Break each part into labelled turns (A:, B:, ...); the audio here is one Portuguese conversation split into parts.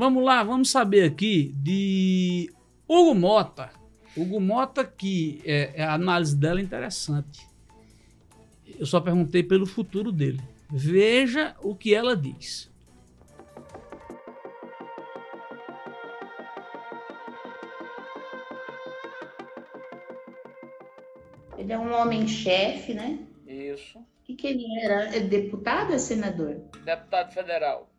A: Vamos lá, vamos saber aqui de Hugo Mota. Hugo Mota, que a análise dela é interessante. Eu só perguntei pelo futuro dele. Veja o que ela diz.
B: Ele é um homem-chefe, né?
A: Isso.
B: O que ele era? É deputado ou é senador?
A: Deputado federal.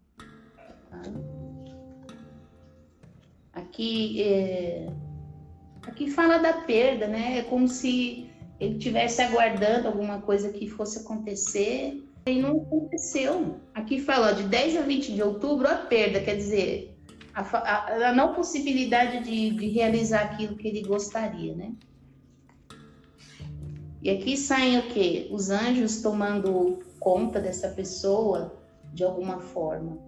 B: Aqui fala da perda, né? É como se ele estivesse aguardando alguma coisa que fosse acontecer e não aconteceu. Aqui fala, ó, de 10 a 20 de outubro, a perda, quer dizer, a não possibilidade de realizar aquilo que ele gostaria, né? E aqui saem o quê? Os anjos tomando conta dessa pessoa de alguma forma.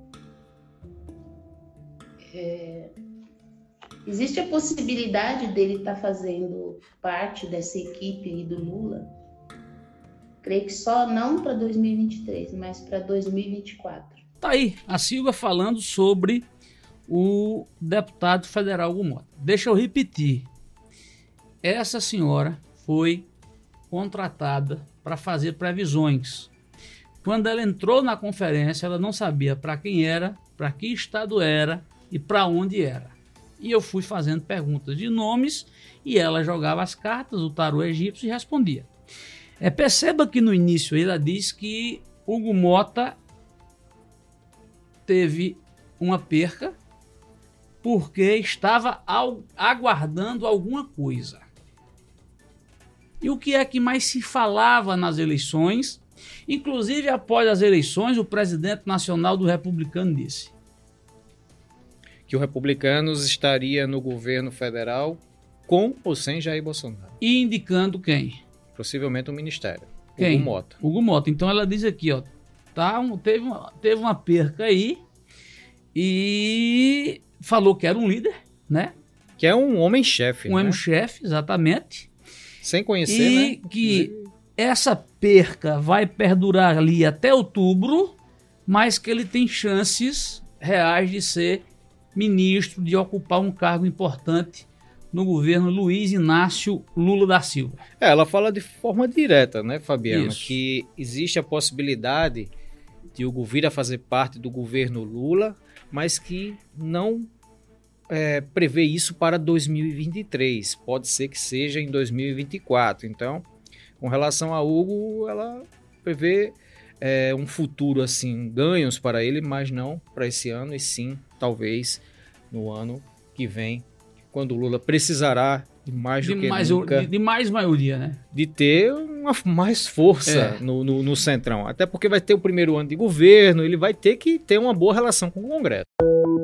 B: Existe a possibilidade dele estar fazendo parte dessa equipe aí do Lula? Creio que só não para 2023, mas para 2024.
A: Tá aí, a Silvia falando sobre o deputado federal Hugo Mota. Deixa eu repetir. Essa senhora foi contratada para fazer previsões. Quando ela entrou na conferência, ela não sabia para quem era, para que estado era e para onde era. E eu fui fazendo perguntas de nomes e ela jogava as cartas, o tarô egípcio, e respondia. Perceba que no início ela diz que Hugo Mota teve uma perca porque estava aguardando alguma coisa. E o que é que mais se falava nas eleições? Inclusive, após as eleições, o presidente nacional do Republicano disse
C: que o Republicanos estaria no governo federal com ou sem Jair Bolsonaro.
A: E indicando quem?
C: Possivelmente o ministério.
A: Quem?
C: Hugo Mota.
A: Hugo Mota. Então ela diz aqui, ó, teve uma perca aí e falou que era um líder, né?
C: Que é um homem-chefe.
A: Um homem-chefe, exatamente.
C: Sem conhecer,
A: e
C: né?
A: Que essa perca vai perdurar ali até outubro, mas que ele tem chances reais de ser ministro, de ocupar um cargo importante no governo Luiz Inácio Lula da Silva.
C: Ela fala de forma direta, né, Fabiana?
A: Isso.
C: Que existe a possibilidade de Hugo vir a fazer parte do governo Lula, mas que não prevê isso para 2023. Pode ser que seja em 2024. Então, com relação a Hugo, ela prevê um futuro, assim, ganhos para ele, mas não para esse ano, e sim, talvez, no ano que vem, quando o Lula precisará de mais do que nunca...
A: De mais maioria, né?
C: De ter mais força no Centrão. Até porque vai ter o primeiro ano de governo, ele vai ter que ter uma boa relação com o Congresso.